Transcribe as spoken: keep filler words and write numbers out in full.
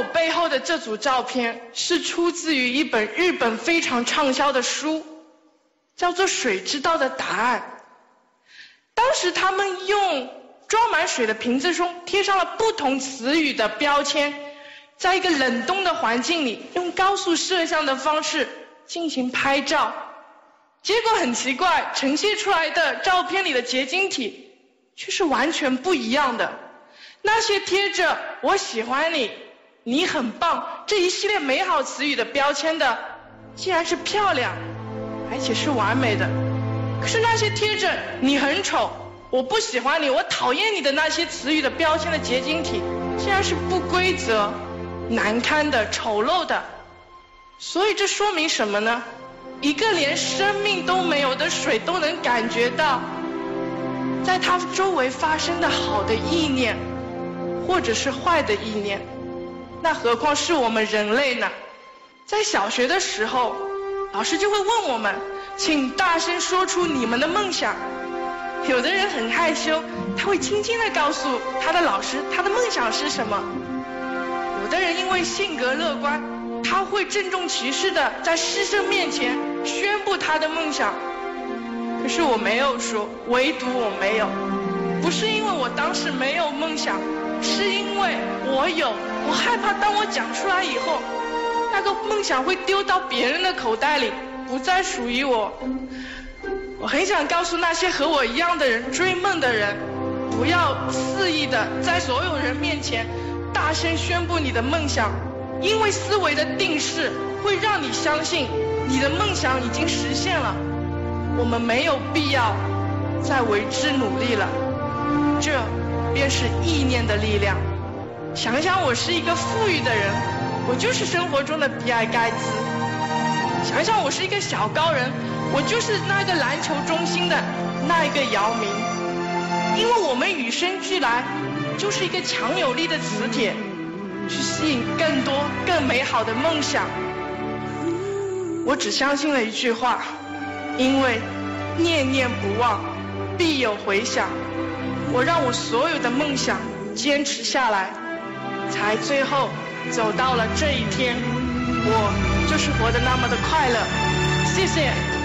我背后的这组照片是出自于一本日本非常畅销的书，叫做《水知道的答案》。当时他们用装满水的瓶子中贴上了不同词语的标签，在一个冷冻的环境里用高速摄像的方式进行拍照，结果很奇怪，呈现出来的照片里的结晶体却是完全不一样的。那些贴着我喜欢你、你很棒这一系列美好词语的标签的，竟然是漂亮而且是完美的。可是那些贴着你很丑、我不喜欢你、我讨厌你的那些词语的标签的结晶体，竟然是不规则、难堪的、丑陋的。所以这说明什么呢？一个连生命都没有的水都能感觉到在它周围发生的好的意念或者是坏的意念，那何况是我们人类呢？在小学的时候，老师就会问我们，请大声说出你们的梦想。有的人很害羞，他会轻轻地告诉他的老师他的梦想是什么。有的人因为性格乐观，他会郑重其事地在师生面前宣布他的梦想。可是我没有说，唯独我没有。不是因为我当时没有梦想，是因为我有，我害怕当我讲出来以后，那个梦想会丢到别人的口袋里，不再属于我。我很想告诉那些和我一样的人、追梦的人，不要肆意的在所有人面前大声宣布你的梦想，因为思维的定式会让你相信你的梦想已经实现了。我们没有必要再为之努力了，这便是意念的力量。想想我是一个富裕的人，我就是生活中的比尔盖茨。想想我是一个小高人，我就是那个篮球中心的那一个姚明。因为我们与生俱来就是一个强有力的磁铁，去吸引更多更美好的梦想。我只相信了一句话，因为念念不忘必有回响。我让我所有的梦想坚持下来，才最后走到了这一天。我就是活得那么的快乐。谢谢。